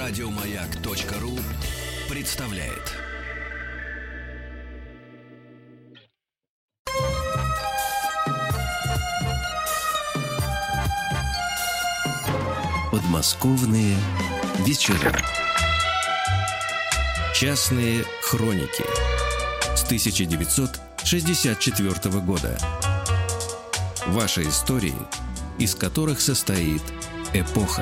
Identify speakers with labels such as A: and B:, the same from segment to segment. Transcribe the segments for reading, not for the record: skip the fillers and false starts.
A: Радиомаяк.ру представляет. Подмосковные вечера. Частные хроники с 1964 года. Ваши истории, из которых состоит эпоха.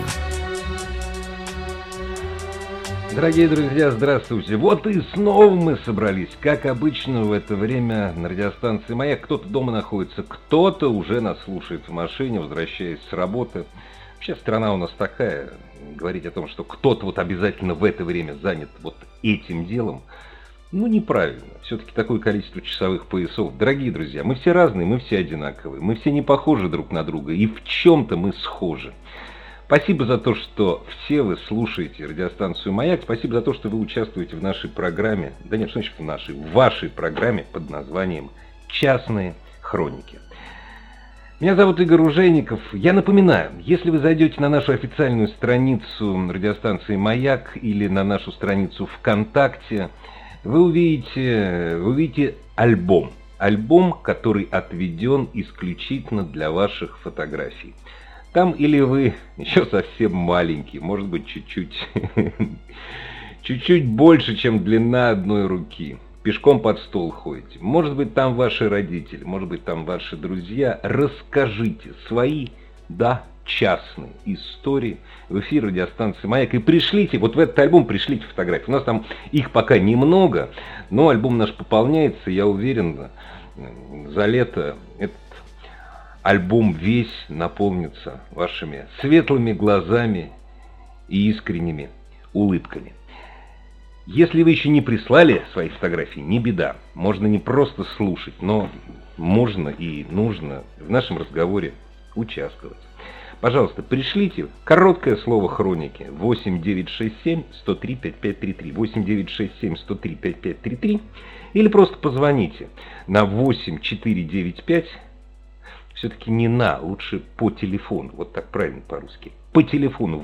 B: Дорогие друзья, здравствуйте. Вот и снова мы собрались, как обычно в это время на радиостанции «Маяк». Кто-то дома находится, кто-то уже нас слушает в машине, возвращаясь с работы. Вообще страна у нас такая, говорить о том, что кто-то вот обязательно в это время занят вот этим делом, ну неправильно. Все-таки такое количество часовых поясов. Дорогие друзья, мы все разные, мы все одинаковые, мы все не похожи друг на друга, и в чем-то мы схожи. Спасибо за то, что все вы слушаете радиостанцию «Маяк». Спасибо за то, что вы участвуете в нашей программе. Да нет, что значит в нашей? В вашей программе под названием «Частные хроники». Меня зовут Игорь Ужеников. Я напоминаю, если вы зайдете на нашу официальную страницу радиостанции «Маяк» или на нашу страницу ВКонтакте, вы увидите альбом. Альбом, который отведен исключительно для ваших фотографий. Там или вы еще совсем маленький, может быть, чуть-чуть больше, чем длина одной руки. Пешком под стол ходите. Может быть, там ваши родители, может быть, там ваши друзья. Расскажите свои, частные истории в эфир радиостанции «Маяк». И пришлите, вот в этот альбом пришлите фотографии. У нас там их пока немного, но альбом наш пополняется, я уверен, за лето этот альбом весь наполнится вашими светлыми глазами и искренними улыбками. Если вы еще не прислали свои фотографии, не беда. Можно не просто слушать, но можно и нужно в нашем разговоре участвовать. Пожалуйста, пришлите короткое слово «хроники» 8-967-103-5533, 8-967-103-5533, или просто позвоните на 8495, все-таки не на, лучше по телефону, вот так правильно по-русски, по телефону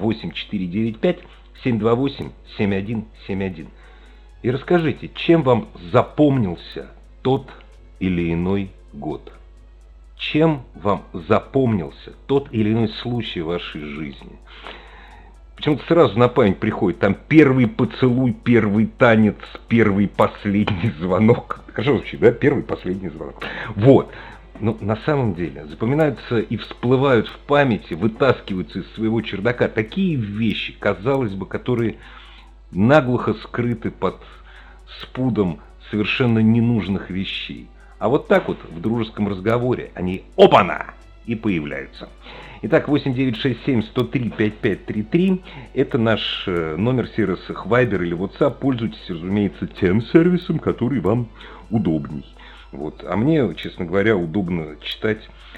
B: 8495-728-7171. И расскажите, чем вам запомнился тот или иной год? Чем вам запомнился тот или иной случай в вашей жизни? Почему-то сразу на память приходит там первый поцелуй, первый танец, первый последний звонок. Хорошо звучит, да? Первый последний звонок. Вот. Но на самом деле запоминаются и всплывают в памяти, вытаскиваются из своего чердака такие вещи, казалось бы, которые наглухо скрыты под спудом совершенно ненужных вещей. А вот так вот в дружеском разговоре они опана и появляются. Итак, 8967-103-5533 это наш номер сервисов Viber или WhatsApp. Пользуйтесь, разумеется, тем сервисом, который вам удобней. Вот. А мне, честно говоря, удобно читать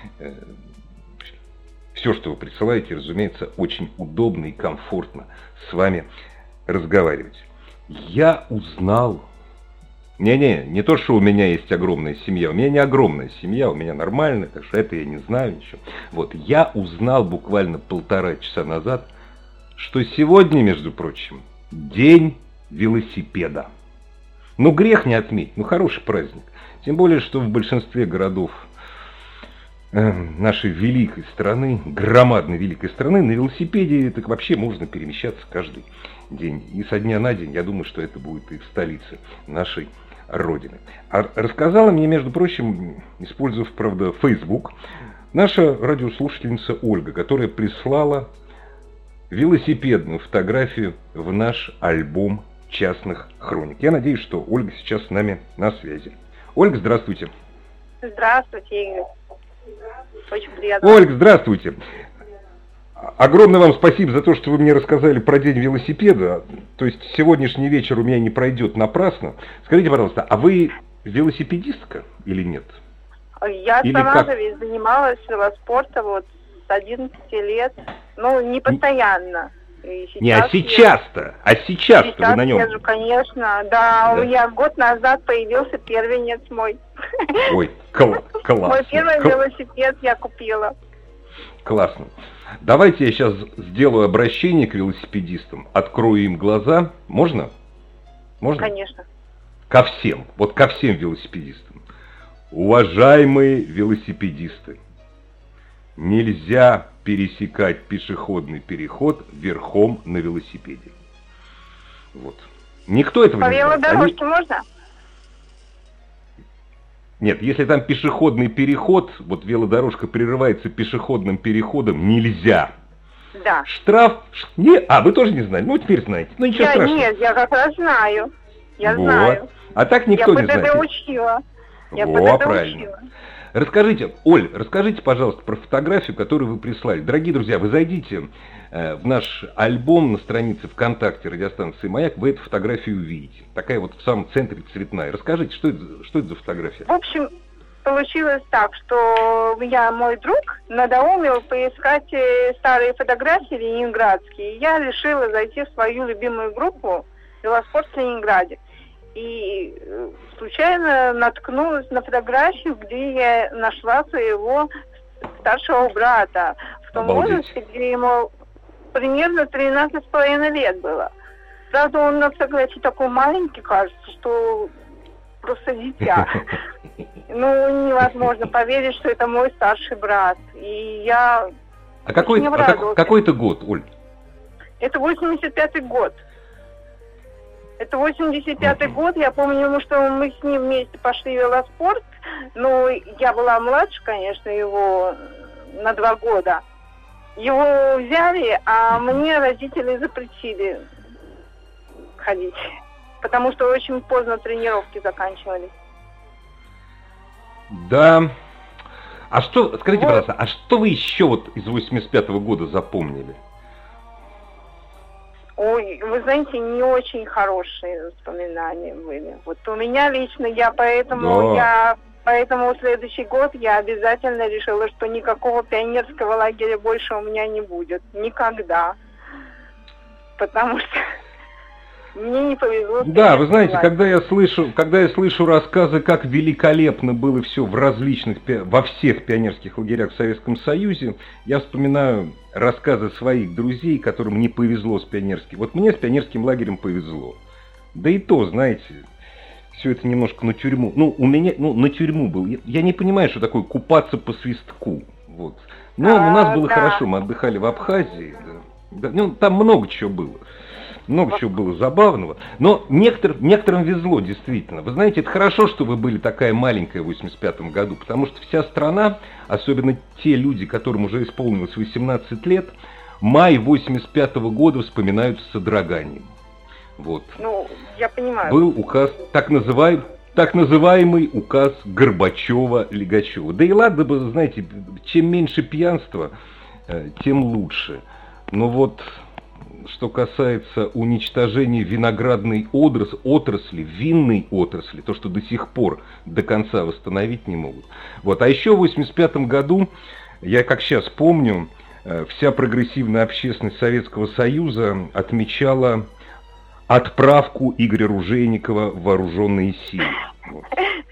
B: все, что вы присылаете, разумеется, очень удобно и комфортно с вами разговаривать. Я узнал... Не то, что у меня есть огромная семья. У меня не огромная семья, у меня нормальная, так что это я не знаю ничего. Вот, я узнал буквально 1,5 часа назад, что сегодня, между прочим, день велосипеда. Ну, грех не отметить, ну, хороший праздник. Тем более, что в большинстве городов нашей великой страны, громадной великой страны, на велосипеде так вообще можно перемещаться каждый день. И со дня на день, я думаю, что это будет и в столице нашей Родины. А рассказала мне, между прочим, использовав, правда, Facebook, наша радиослушательница Ольга, которая прислала велосипедную фотографию в наш альбом частных хроник. Я надеюсь, что Ольга сейчас с нами на связи. Ольга, здравствуйте.
C: Здравствуйте, Игорь. Очень приятно.
B: Ольга, здравствуйте. Огромное вам спасибо за то, что вы мне рассказали про день велосипеда. То есть сегодняшний вечер у меня не пройдет напрасно. Скажите, пожалуйста, а вы велосипедистка или нет?
C: Я сама же ведь занималась велоспортом вот с 11 лет. Ну, не постоянно.
B: Сейчас-то вы на нем.
C: Езжу, конечно. Да, у меня год назад появился первенец мой.
B: Ой, класс.
C: Мой первый велосипед я купила.
B: Классно. Давайте я сейчас сделаю обращение к велосипедистам, открою им глаза. Можно? Можно?
C: Конечно.
B: Ко всем, вот ко всем велосипедистам. Уважаемые велосипедисты, нельзя пересекать пешеходный переход верхом на велосипеде. Вот. Никто этого
C: По
B: не знает.
C: велодорожке можно?
B: Нет, если там пешеходный переход, вот велодорожка прерывается пешеходным переходом, нельзя.
C: Да.
B: Штраф... вы тоже не знали? Ну, теперь знаете. Ну, ничего страшного.
C: Нет, я как раз знаю. Я
B: вот.
C: знаю.
B: А так никто не знает.
C: Я ПДД учила.
B: Правильно. Расскажите, Оль, расскажите, пожалуйста, про фотографию, которую вы прислали. Дорогие друзья, вы зайдите в наш альбом на странице ВКонтакте радиостанции «Маяк», вы эту фотографию увидите. Такая вот в самом центре цветная. Расскажите, что это за фотография?
C: В общем, получилось так, что мой друг надоумил поискать старые фотографии ленинградские. Я решила зайти в свою любимую группу «Велоспорт в Ленинграде». И случайно наткнулась на фотографию, где я нашла своего старшего брата. В том возрасте, где ему примерно 13,5 лет было. Правда, он на фотографии такой маленький, кажется, что просто дитя. Ну, невозможно поверить, что это мой старший брат. И я...
B: какой это год, Оль?
C: Это 85-й год. Это 85-й год, я помню, что мы с ним вместе пошли в велоспорт, но я была младше, конечно, его на 2 года. Его взяли, а мне родители запретили ходить, потому что очень поздно тренировки заканчивались.
B: Да. Скажите, пожалуйста, а что вы еще вот из 85-го года запомнили?
C: Ой, вы знаете, не очень хорошие воспоминания были. Вот у меня лично, поэтому в следующий год я обязательно решила, что никакого пионерского лагеря больше у меня не будет. Никогда. Потому что мне не повезло.
B: Да, вы знаете, когда я слышу рассказы, как великолепно было все во всех пионерских лагерях в Советском Союзе, я вспоминаю рассказы своих друзей, которым не повезло с пионерским. Вот мне с пионерским лагерем повезло. Да и то, знаете, все это немножко на тюрьму. На тюрьму был. Я не понимаю, что такое купаться по свистку. Вот. Но у нас было хорошо, мы отдыхали в Абхазии. Да. Там много чего было. Много чего было забавного. Но некоторым везло, действительно. Вы знаете, это хорошо, что вы были такая маленькая в 85-м году, потому что вся страна, особенно те люди, которым уже исполнилось 18 лет, май 85-го года вспоминают с содроганием. Вот.
C: Ну, я понимаю.
B: Был указ, так называемый указ Горбачева-Лигачева. Да и ладно бы, знаете, чем меньше пьянства, тем лучше. Но вот... Что касается уничтожения виноградной отрасли, винной отрасли, то, что до сих пор до конца восстановить не могут. Вот. А еще в 1985 году, я как сейчас помню, вся прогрессивная общественность Советского Союза отмечала отправку Игоря Ружейникова в вооруженные силы. Вот.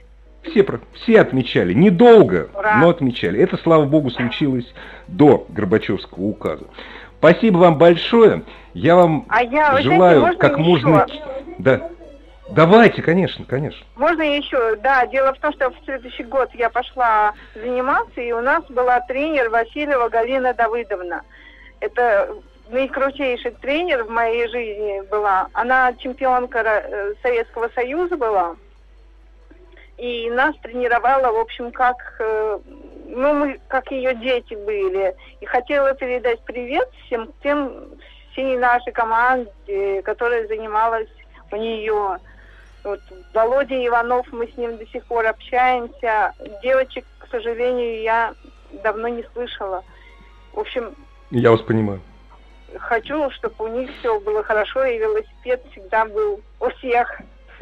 B: Все отмечали, недолго, но отмечали. Это, слава богу, случилось до Горбачевского указа. Спасибо вам большое. Я вам желаю как можно... Да. Давайте, конечно.
C: Можно еще? Да, дело в том, что в следующий год я пошла заниматься, и у нас была тренер Васильева Галина Давыдовна. Это наикрутейший тренер в моей жизни была. Она чемпионка Советского Союза была. И нас тренировала, в общем, мы как ее дети были. И хотела передать привет всей нашей команде, которая занималась у нее. Вот, Володя Иванов, мы с ним до сих пор общаемся. Девочек, к сожалению, я давно не слышала. В общем...
B: Я вас понимаю.
C: Хочу, чтобы у них все было хорошо, и велосипед всегда был у всех.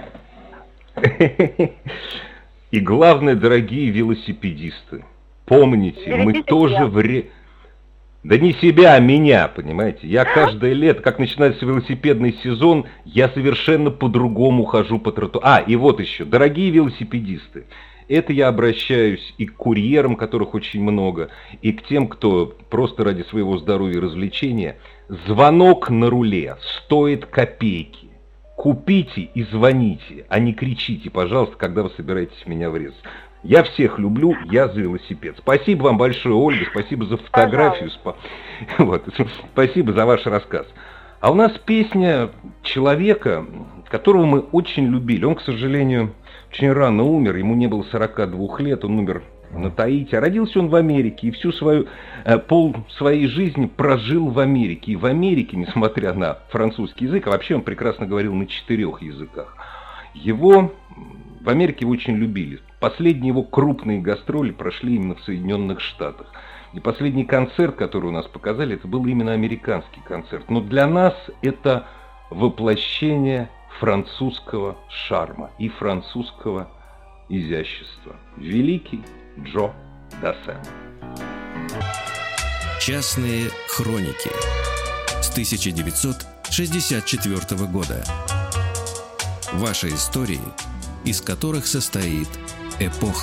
B: И главное, дорогие велосипедисты, помните, мы тоже Да не себя, а меня, понимаете. Я каждое лето, как начинается велосипедный сезон, я совершенно по-другому хожу по тротуару. И вот еще, дорогие велосипедисты, Это я обращаюсь и к курьерам, которых очень много, и к тем, кто просто ради своего здоровья и развлечения. Звонок на руле стоит копейки. Купите и звоните, а не кричите, пожалуйста, когда вы собираетесь в меня врезать. Я всех люблю, я за велосипед. Спасибо вам большое, Ольга, спасибо за фотографию, вот, спасибо за ваш рассказ. А у нас песня человека, которого мы очень любили. Он, к сожалению, очень рано умер, ему не было 42 лет, он умер на Таити. А родился он в Америке и всю свою, пол своей жизни прожил в Америке. И в Америке, несмотря на французский язык, а вообще он прекрасно говорил на 4 языках, в Америке его очень любили. Последние его крупные гастроли прошли именно в Соединенных Штатах. И последний концерт, который у нас показали, это был именно американский концерт. Но для нас это воплощение французского шарма и французского изящества. Великий Джо Дассен.
A: Частные хроники с 1964 года. Ваши истории, из которых состоит эпоха.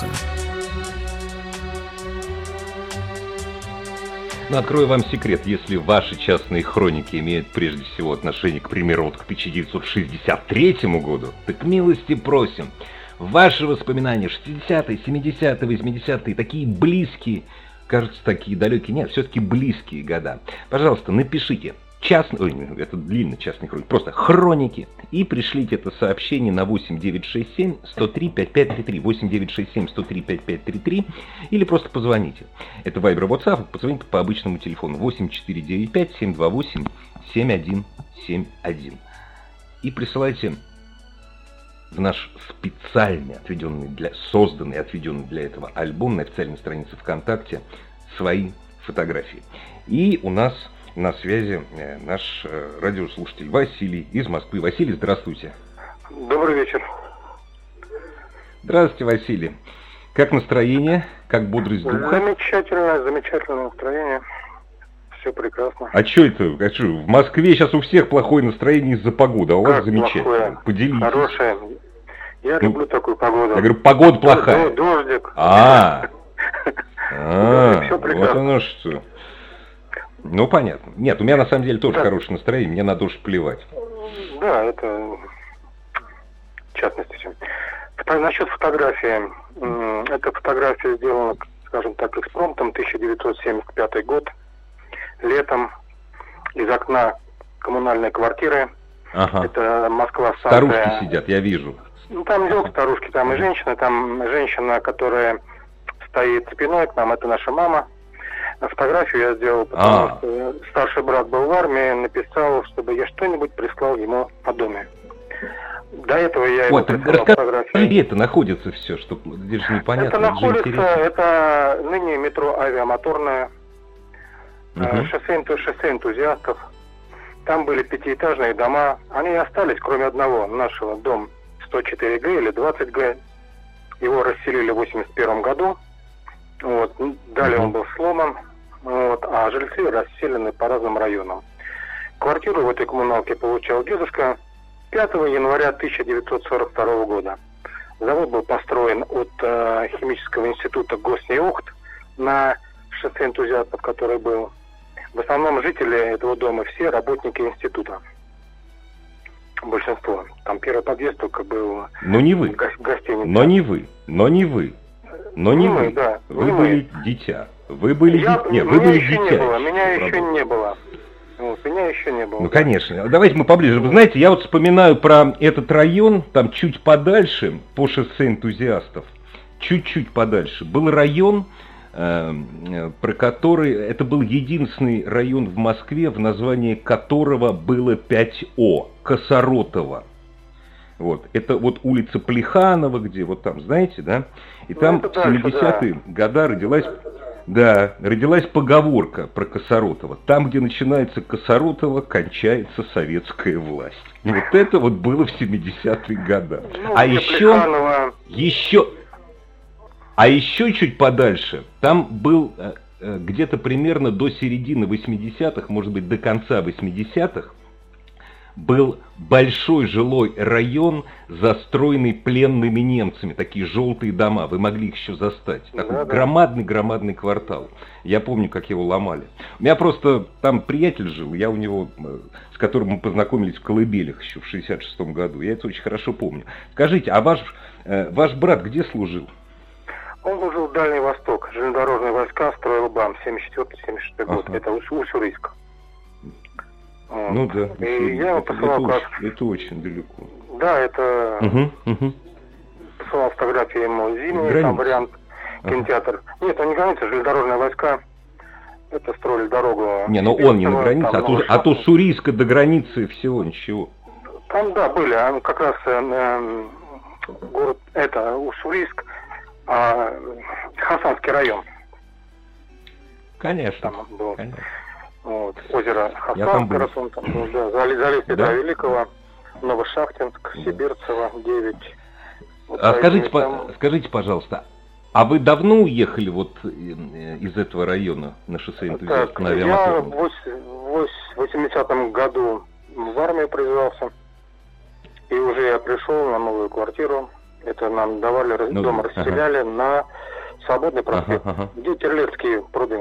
B: Но открою вам секрет, если ваши частные хроники имеют прежде всего отношение, к примеру, вот к 1963 году, так милости просим. Ваши воспоминания 60-е, 70-е, 80-е, такие близкие, кажется, такие далекие, нет, все-таки близкие года. Пожалуйста, напишите это длинный частный хроник, просто хроники, и пришлите это сообщение на 8967-103-5533, 8967-103-5533, или просто позвоните. Это Viber, WhatsApp, позвоните по обычному телефону 8495-728-7171. И присылайте в наш специально созданный и отведенный для этого альбом на официальной странице ВКонтакте свои фотографии. И у нас на связи наш радиослушатель Василий из Москвы. Василий, здравствуйте.
D: Добрый вечер.
B: Здравствуйте, Василий. Как настроение? Как бодрость духа?
D: Замечательное настроение. Все прекрасно.
B: А что это? В Москве сейчас у всех плохое настроение из-за погоды, а у вас замечательно.
D: Плохое?
B: Поделитесь.
D: Хорошее. Я люблю такую погоду.
B: Я говорю, погода плохая.
D: Дождик.
B: Вот оно что. Ну, понятно. Нет, у меня на самом деле тоже хорошее настроение, мне на дождь плевать.
D: Да, это в частности. Насчет фотографии. Эта фотография сделана, скажем так, экспромтом, 1975 год, летом, из окна коммунальной квартиры.
B: Ага.
D: Это Москва,
B: старушки сидят, я вижу.
D: Ну, там не только старушки, там и женщины, там женщина, которая стоит спиной к нам, это наша мама. Фотографию я сделал, потому что старший брат был в армии, написал, чтобы я что-нибудь прислал ему по доме. До этого я ему прислал фотографию.
B: Где это находится все, чтобы здесь же непонятно.
D: Это находится, это ныне метро Авиамоторное, шоссе энтузиастов. Там были 5-этажные дома, они остались, кроме одного, нашего, дом 104Г или 20Г. Его расселили в 1981 году. Вот. Далее он был сломан, вот, а жильцы расселены по разным районам. Квартиру в этой коммуналке получал дедушка 5 января 1942 года. Завод был построен от химического института Госнеухт на шоссе энтузиастов, который был. В основном жители этого дома все работники института. Большинство. Там первый подъезд только был.
B: Но не вы.
D: Гостиница.
B: Но не вы.
D: Да.
B: Вы были дитя. Вы были дитя.
D: Меня еще не было. Вот, меня еще не было.
B: Ну, конечно. Давайте мы поближе. Вы знаете, я вот вспоминаю про этот район, там чуть подальше, по шоссе энтузиастов, чуть-чуть подальше, был район, про который, это был единственный район в Москве, в названии которого было 5О, Косоротово. Вот, это вот улица Плеханова, где вот там, знаете, да? И там в 70-е годы родилась поговорка про Косоротово. Там, где начинается Косоротово, кончается советская власть. И вот это вот было в 70-е годы.
D: Ну, а
B: еще чуть подальше, там был где-то примерно до середины 80-х, может быть, до конца 80-х, был большой жилой район, застроенный пленными немцами, такие желтые дома, вы могли их еще застать. Такой громадный квартал. Я помню, как его ломали. У меня просто там приятель жил, я у него, с которым мы познакомились в Колыбелях еще в 66-м году. Я это очень хорошо помню. Скажите, а ваш брат где служил?
D: Он служил в Дальний Восток, железнодорожные войска, строил БАМ, 74-76 год, это Уссурийск. Вот.
B: Ну да,
D: и я его посылал
B: это очень далеко.
D: Да, это посылал фотографии ему зимние, там вариант кинотеатр. Нет, он не граница, железнодорожные войска. Это строили дорогу.
B: Не, но он не на границе, а то с Урийска до границы всего ничего.
D: Там, да, были, как раз город, это Уссурийск, Хасанский район.
B: Конечно,
D: там был.
B: Конечно.
D: Вот, озеро Хасан, да, залив Петра Великого, Новошахтинск, Сибирцево, 9. Вот
B: скажите, пожалуйста, а вы давно уехали вот из этого района на шоссе энтузиастов на авиамоторном?
D: Я в 80-м году в армию призвался, и уже я пришел на новую квартиру. Это нам давали, дом расселяли на Свободный проспект, где Терлецкие пруды.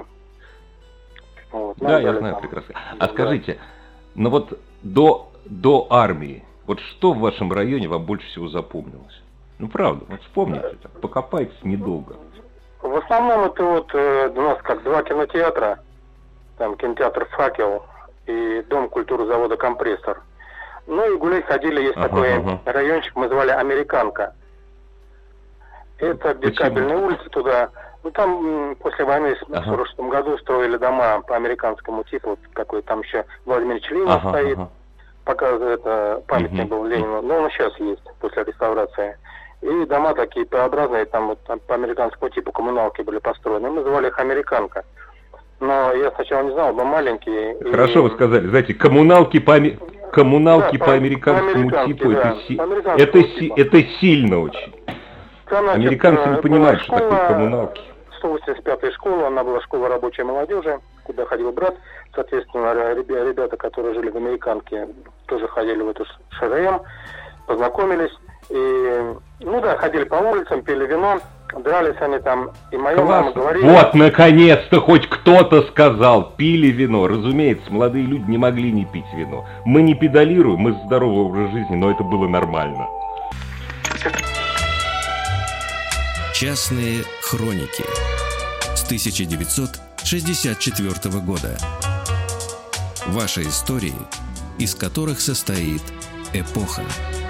D: Вот,
B: да, я знаю прекрасно. А скажите, ну вот до армии, вот что в вашем районе вам больше всего запомнилось? Ну правда, вот вспомните, покопайтесь недолго.
D: В основном это вот у нас как два кинотеатра, там кинотеатр «Факел» и Дом культуры завода «Компрессор». Ну и гулять ходили, есть такой райончик, мы звали «Американка». Это Бескабельная улица туда. Ну там после войны в 1946 году строили дома по американскому типу, вот какой там еще Владимир Ленин стоит, пока это памятник был Ленину, но он сейчас есть после реставрации. И дома такие П-образные, там вот по американскому типу коммуналки были построены. Мы называли их «Американка». Но я сначала не знал, был маленький.
B: Хорошо вы сказали, знаете, коммуналки по американскому типу,
D: да,
B: это сильно очень.
D: Там,
B: американцы не понимают, что такое коммуналки.
D: 185-я школа, она была школа рабочей молодежи, куда ходил брат. Соответственно, ребята, которые жили в Американке, тоже ходили в эту ШРМ, познакомились. И, ну да, ходили по улицам, пили вино, дрались они там. И моя мама говорила...
B: Вот, наконец-то хоть кто-то сказал, пили вино. Разумеется, молодые люди не могли не пить вино. Мы не педалируем, мы здоровый образ жизни, но это было нормально.
A: Частные хроники с 1964 года. Ваши истории, из которых состоит эпоха.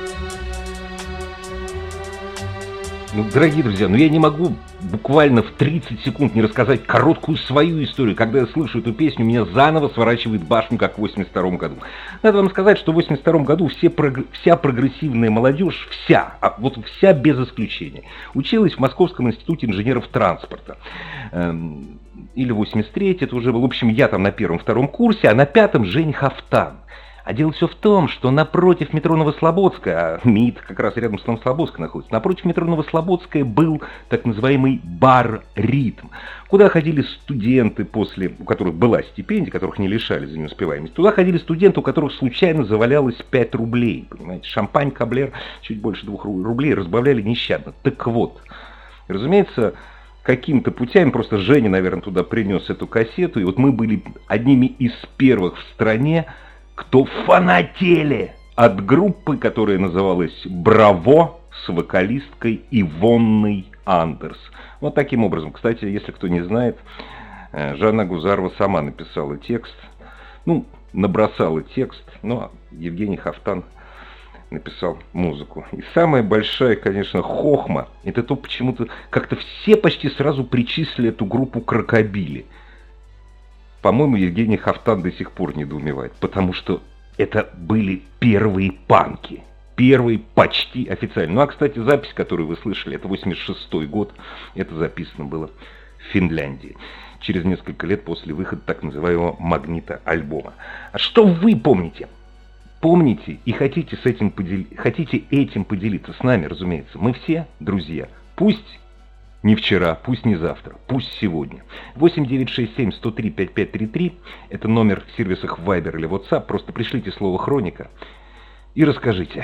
B: Ну, дорогие друзья, я не могу буквально в 30 секунд не рассказать короткую свою историю. Когда я слышу эту песню, меня заново сворачивает башню, как в 82 году. Надо вам сказать, что в 82 году вся прогрессивная молодежь, вся без исключения, училась в Московском институте инженеров транспорта. Или 83-й, это уже был, в общем, я там на первом-втором курсе, а на пятом Жень Хафтан. А дело все в том, что напротив метро Новослободская, а МИД как раз рядом с Новослободской находится, напротив метро Новослободская был так называемый бар «Ритм», куда ходили студенты у которых была стипендия, которых не лишали за неуспеваемость. Туда ходили студенты, у которых случайно завалялось 5 рублей, понимаете, шампань, каблер, чуть больше 2 рублей, разбавляли нещадно. Так вот, разумеется, каким-то путями, просто Женя, наверное, туда принес эту кассету, и вот мы были одними из первых в стране, кто фанатели от группы, которая называлась «Браво» с вокалисткой Ивонной Андерс. Вот таким образом. Кстати, если кто не знает, Жанна Гузарова сама написала текст, набросала текст, а Евгений Хафтан написал музыку. И самая большая, конечно, хохма, это то, почему-то как-то все почти сразу причислили эту группу к рокобили. По-моему, Евгений Хафтан до сих пор недоумевает, потому что это были первые панки. Первые почти официально. Кстати, запись, которую вы слышали, это 86-й год. Это записано было в Финляндии. Через несколько лет после выхода так называемого магнита-альбома. А что вы помните? Помните и хотите этим поделиться с нами, разумеется. Мы все друзья. Пусть не вчера, пусть не завтра, пусть сегодня. 8-967-103-5533, это номер в сервисах Viber или WhatsApp, просто пришлите слово «Хроника» и расскажите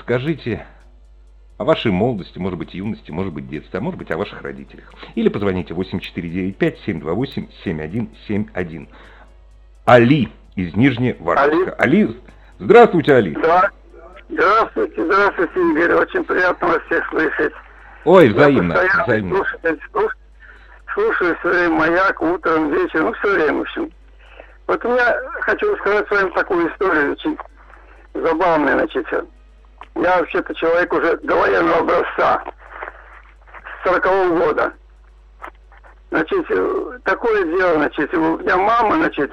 B: о вашей молодости, может быть, юности, может быть, детстве, а может быть, о ваших родителях. Или позвоните 8495-728-7171. Али из Нижневартовска. Али, здравствуйте, Али.
E: Да. Здравствуйте, Игорь. Очень приятно вас всех слышать.
B: Ой, взаимно.
E: Слушаю все время «Маяк», утром, вечером, все время, в общем. Вот у меня, хочу рассказать с вами такую историю, очень забавную, значит. Я вообще-то человек уже довоенного образца, с 40-го года. Значит, такое дело, значит, у меня мама, значит,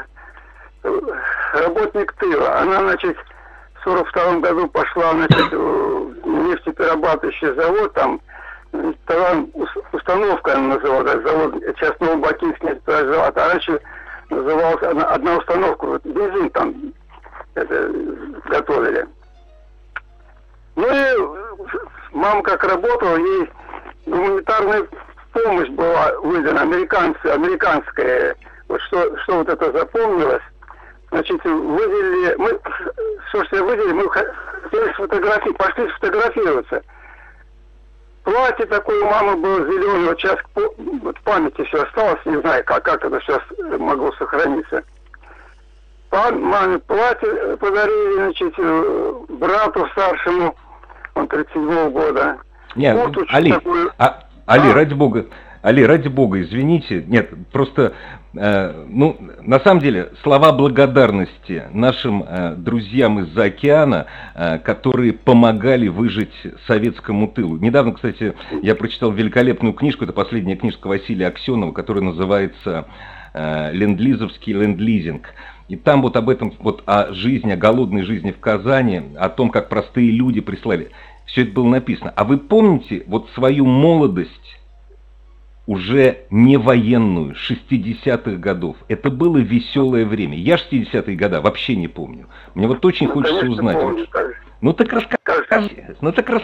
E: работник тыла, она, значит, в 42-м году пошла, значит, в нефтеперерабатывающий завод, там, установка она называлась, завод частного бакинского нефтеперерабатывающего, а раньше называлась одна установка, вот бензин там это, готовили. Ну и мама как работала, ей гуманитарная помощь была выдана, американская, вот что вот это запомнилось. Значит, выделили, мы хотели пошли сфотографироваться. Платье такое у мамы было зеленое, вот сейчас в памяти все осталось, не знаю, как это сейчас могло сохраниться. Маме платье подарили, значит, брату старшему, он 37-го года.
B: Нет, вот Али, ради бога, извините, нет, просто, на самом деле, слова благодарности нашим друзьям из-за океана, которые помогали выжить советскому тылу. Недавно, кстати, я прочитал великолепную книжку, это последняя книжка Василия Аксенова, которая называется «Ленд-лизовский ленд-лизинг». И там вот об этом, вот о жизни, о голодной жизни в Казани, о том, как простые люди прислали. Все это было написано. А вы помните вот свою молодость, уже не военную, 60-х годов? Это было веселое время. Я 60-е годы вообще не помню. Мне вот очень хочется узнать.
E: Помню,
B: ну так расскажите.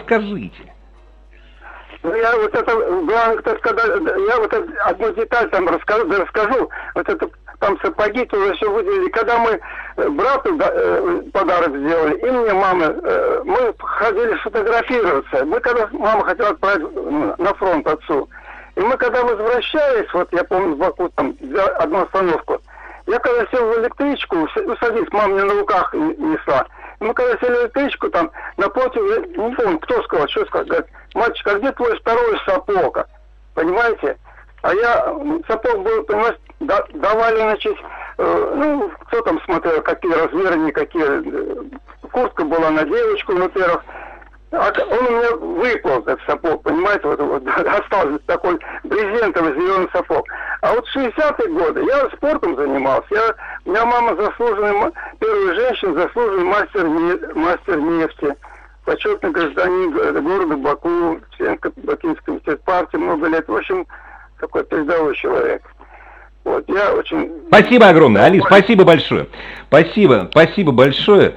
E: Ну я вот это, когда я вот одну деталь там расскажу. Вот это там сапоги тоже все выделили. Когда мы брату подарок сделали, и мне мама, мы ходили сфотографироваться. Мы когда мама хотела отправить на фронт отцу. И мы когда возвращались, вот я помню, в Баку там одну остановку, я когда сел в электричку, садись, мама мне на руках несла. И мы когда сели в электричку, там напротив, не помню, кто сказал, что сказал, говорит: мальчик, а где твой второй сапог? Понимаете? А я, сапог был, понимаете, давали, значит, кто там смотрел, какие размеры, никакие. Куртка была на девочку, во-первых. Он у меня выпал, этот сапог, понимаете, вот остался такой брезентовый зеленый сапог. А вот в 60-е годы я спортом занимался. У меня мама заслуженная, первая женщина, заслуженный мастер нефти, почетный гражданин города Баку, член Бакинского комитета партии много лет. В общем, такой передовой человек. Вот, я очень...
B: Спасибо огромное, Али, спасибо большое. Спасибо большое.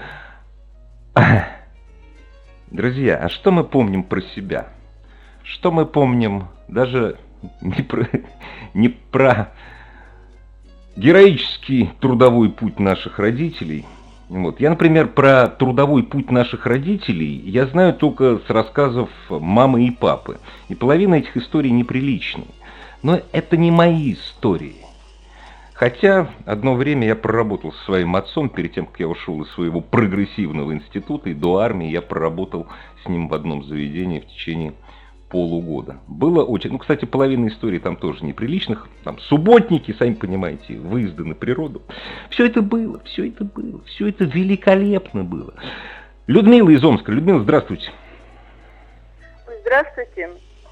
B: Друзья, а что мы помним про себя? Что мы помним даже не про героический трудовой путь наших родителей? Вот. Я, например, про трудовой путь наших родителей я знаю только с рассказов мамы и папы. И половина этих историй неприличны. Но это не мои истории. Хотя одно время я проработал со своим отцом, перед тем, как я ушел из своего прогрессивного института, и до армии я проработал с ним в одном заведении в течение полугода. Было очень... кстати, половина историй там тоже неприличных. Там субботники, сами понимаете, выезды на природу. Все это было. Все это великолепно было. Людмила из Омска. Людмила, здравствуйте.
C: Здравствуйте.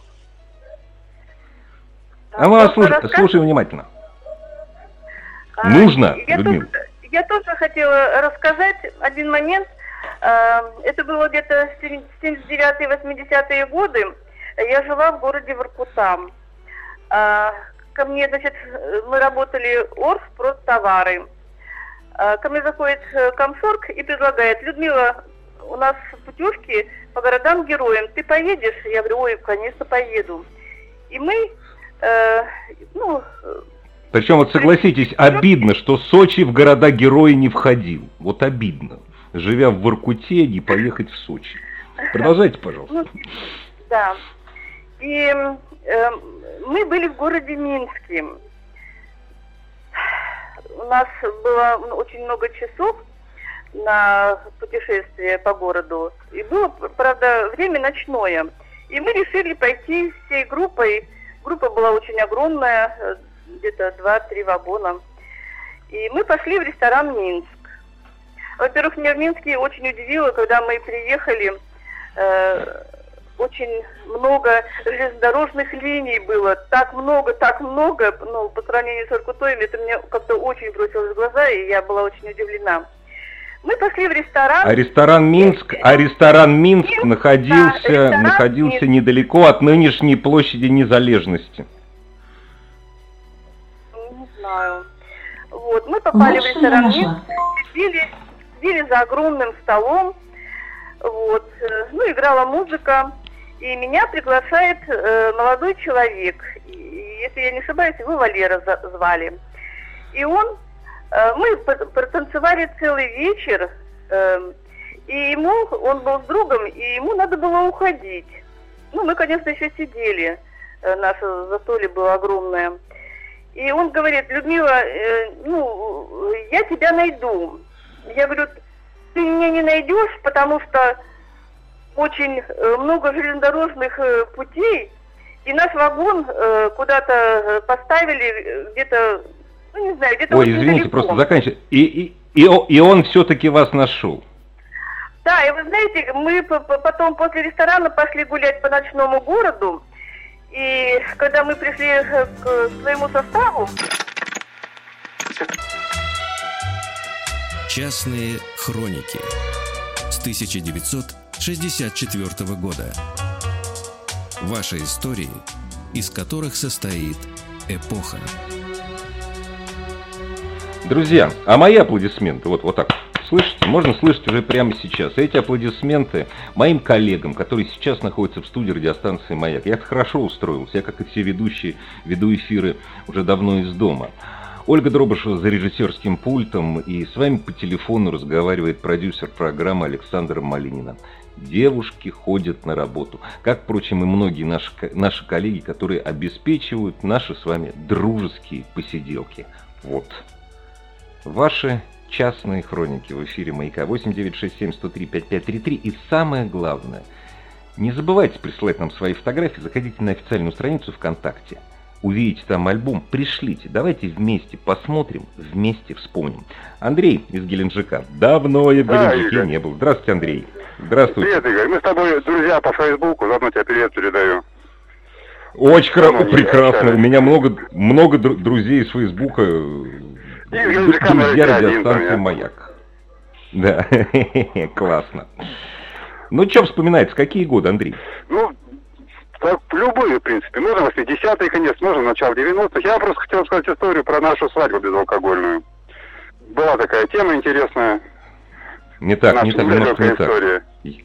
B: А мы вас слушаем внимательно. Нужно, Людмила.
C: Я тоже хотела рассказать один момент. Это было где-то 79-80-е годы. Я жила в городе Воркута. Ко мне, значит, мы работали Оргспродтовары. Ко мне заходит комсорг и предлагает: Людмила, у нас путевки по городам-героям. Ты поедешь? Я говорю: ой, конечно, поеду. И мы,
B: Причем, вот согласитесь, обидно, что Сочи в города-герои не входил. Вот обидно. Живя в Воркуте, не поехать в Сочи. Продолжайте, пожалуйста.
C: Да. И мы были в городе Минске. У нас было очень много часов на путешествие по городу. И было, правда, время ночное. И мы решили пойти всей группой. Группа была очень огромная, где-то 2-3 вагона. И мы пошли в ресторан «Минск». Во-первых, меня в Минске очень удивило, когда мы приехали, очень много железнодорожных линий было. Так много, по сравнению с Воркутой, это мне как-то очень бросилось в глаза, и я была очень удивлена. Мы пошли в ресторан.
B: А ресторан Минск находился недалеко от нынешней площади Незалежности.
C: Не знаю. Вот, мы попали в ресторан Минск, сидели за огромным столом, вот, играла музыка, и меня приглашает молодой человек, если я не ошибаюсь, его Валера звали. И мы протанцевали целый вечер, и он был с другом, и ему надо было уходить. Мы, конечно, еще сидели, наше застолье было огромное. И он говорит: Людмила, я тебя найду. Я говорю: ты меня не найдешь, потому что очень много железнодорожных путей, и наш вагон куда-то поставили где-то, не знаю, где-то
B: Ой,
C: очень
B: извините,
C: далеко.
B: просто заканчивайте. И он все-таки вас нашел.
C: Да, и вы знаете, мы потом после ресторана пошли гулять по ночному городу, и когда мы пришли к своему составу...
A: Частные хроники с 1964 года. Ваши истории, из которых состоит эпоха.
B: Друзья, а мои аплодисменты, вот так, слышите, можно слышать уже прямо сейчас. Эти аплодисменты моим коллегам, которые сейчас находятся в студии радиостанции «Маяк». Я хорошо устроился, я, как и все ведущие, веду эфиры уже давно из дома. Ольга Дробышева за режиссерским пультом, и с вами по телефону разговаривает продюсер программы Александра Малинина. Девушки ходят на работу, как, впрочем, и многие наши коллеги, которые обеспечивают наши с вами дружеские посиделки. Вот. Ваши частные хроники в эфире «Маяка». 8-967-103-5533. И самое главное, не забывайте присылать нам свои фотографии, заходите на официальную страницу ВКонтакте. Увидите там альбом, пришлите. Давайте вместе посмотрим, вместе вспомним. Андрей из Геленджика. Давно я в Геленджике
E: Игорь.
B: не был. Здравствуйте, Андрей. Здравствуйте.
E: Привет, Игорь. Мы с тобой друзья по Фейсбуку, заодно тебе привет передаю.
B: Очень прекрасно. У меня много друзей из Фейсбука. Друзья радиостанции «Маяк». Да, классно. Ну, что вспоминается? Какие годы, Андрей?
E: Так, любые, в принципе. Можно 80-е, конечно, можно начало 90-х. Я просто хотел сказать историю про нашу свадьбу безалкогольную. Была такая тема интересная.
B: Не так, немножко не так.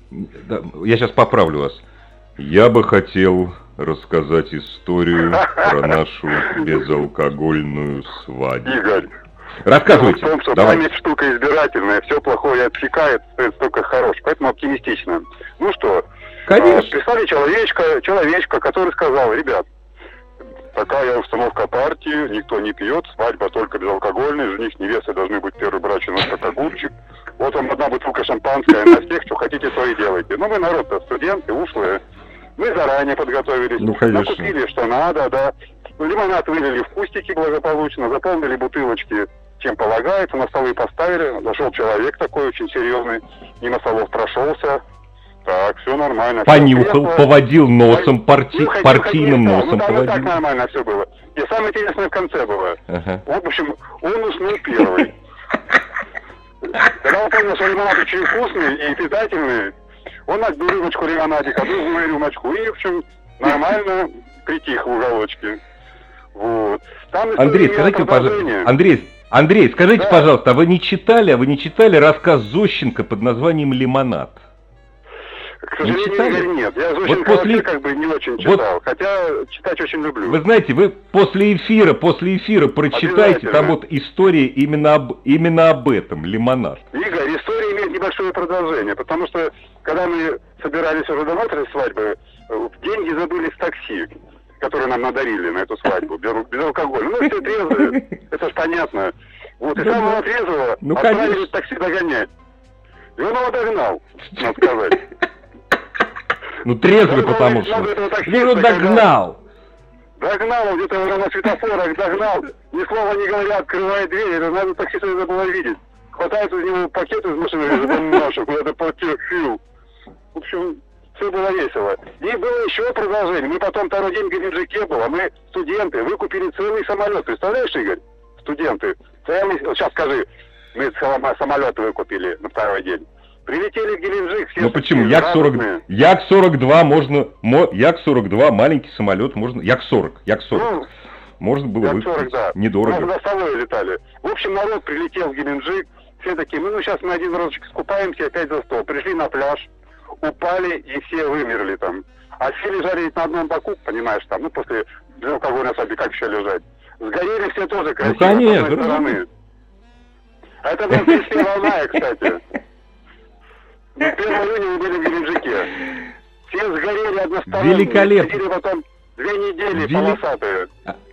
B: Я сейчас поправлю вас. Я бы хотел рассказать историю про нашу безалкогольную свадьбу.
E: Игорь.
B: Рассказывайте.
E: В том, что
B: давай.
E: память штука избирательная, все плохое отсекает, остается только хорошее. Поэтому оптимистично. Ну что,
B: Конечно.
E: прислали человечка, который сказал: ребят, такая установка партии, никто не пьет, свадьба только безалкогольная, жених с невестой должны быть первый брачный нос как огурчик. Вот вам одна бутылка шампанское на всех, что хотите, то и делайте. Ну, мы народ-то студенты, ушлые. Мы заранее подготовились, накупили, что надо, да. Лимонад вылили в кустики благополучно, заполнили бутылочки, чем полагается, на столы поставили. Зашел человек такой очень серьезный, мимо столов прошелся. Так, все нормально.
B: Понюхал,
E: все
B: поводил носом, партийным носом поводил.
E: Так нормально все было. И самое интересное в конце было. Вот, в общем, он уснул первый. Когда он понял, что лимонад очень вкусный и питательный, он отбил рюмочку лимонадика, отбил мою рюмочку и, в общем, нормально притих в уголочке. Вот.
B: Андрей, скажите, пожалуйста, Андрей, скажите, да, пожалуйста, а вы не читали рассказ Зощенко под названием «Лимонад»?
F: К сожалению, Игорь, нет. Я Зощенко вообще как бы не очень читал, хотя читать очень люблю.
B: Вы знаете, вы после эфира прочитайте, там вот история именно об этом, «Лимонад».
F: Игорь, история имеет небольшое продолжение, потому что, когда мы собирались уже домой после свадьбы, деньги забыли в такси, которые нам надарили на эту свадьбу, без алкоголя. Ну, все трезвые, это ж понятно. Вот, и самого трезвого отправили такси догонять. И он его догнал, надо сказать.
B: Ну, трезвый, потому что. Ну, догнал.
F: Догнал, он где-то на светофорах догнал, ни слова не говоря, открывает дверь, это надо таксиста это было видеть. Хватает из него пакет из машины, нашу, куда-то потекил. В общем, все было весело. И было еще продолжение. Мы потом второй день в Геленджике было, мы студенты, выкупили целый самолет. Представляешь, Игорь? Студенты. Целый, сейчас скажи, мы самолет выкупили на второй день. Прилетели в Геленджик, все.
B: Ну почему? Як-42 можно, Як-42 маленький самолет можно, Як-40. Ну, можно было выкупить, да. Недорого.
F: Мы на столовой летали. В общем, народ прилетел в Геленджик, все такие, ну сейчас мы один разочек скупаемся, опять за стол. Пришли на пляж, упали и все вымерли там. А все лежали на одном боку, понимаешь, там, ну после алкогольной особи, как еще лежать. Сгорели все тоже красиво,
B: ну, конечно,
F: с одной стороны. А это была 31 мая, кстати. 1 июня мы были в Геленджике. Все сгорели односторонне.
B: Великолепно.
F: Сидели потом 2 недели полосатые.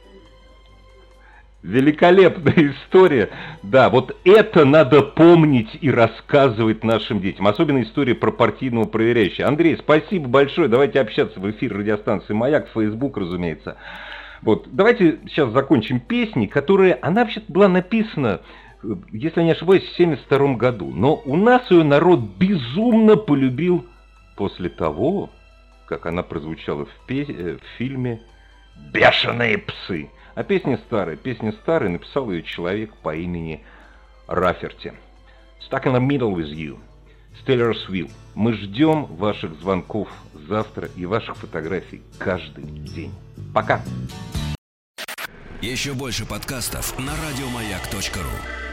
B: Великолепная история. Да, вот это надо помнить и рассказывать нашим детям. Особенно история про партийного проверяющего. Андрей, спасибо большое. Давайте общаться в эфире радиостанции «Маяк», Facebook, разумеется. Вот, давайте сейчас закончим песней, которая, она вообще-то была написана, если я не ошибаюсь, в 1972 году. Но у нас ее народ безумно полюбил после того, как она прозвучала в фильме «Бешеные псы». А песня старая, написал ее человек по имени Раферти. Stuck in the middle with you. Steelersville. Мы ждем ваших звонков завтра и ваших фотографий каждый день. Пока.
A: Еще больше подкастов на радиомаяк.ру.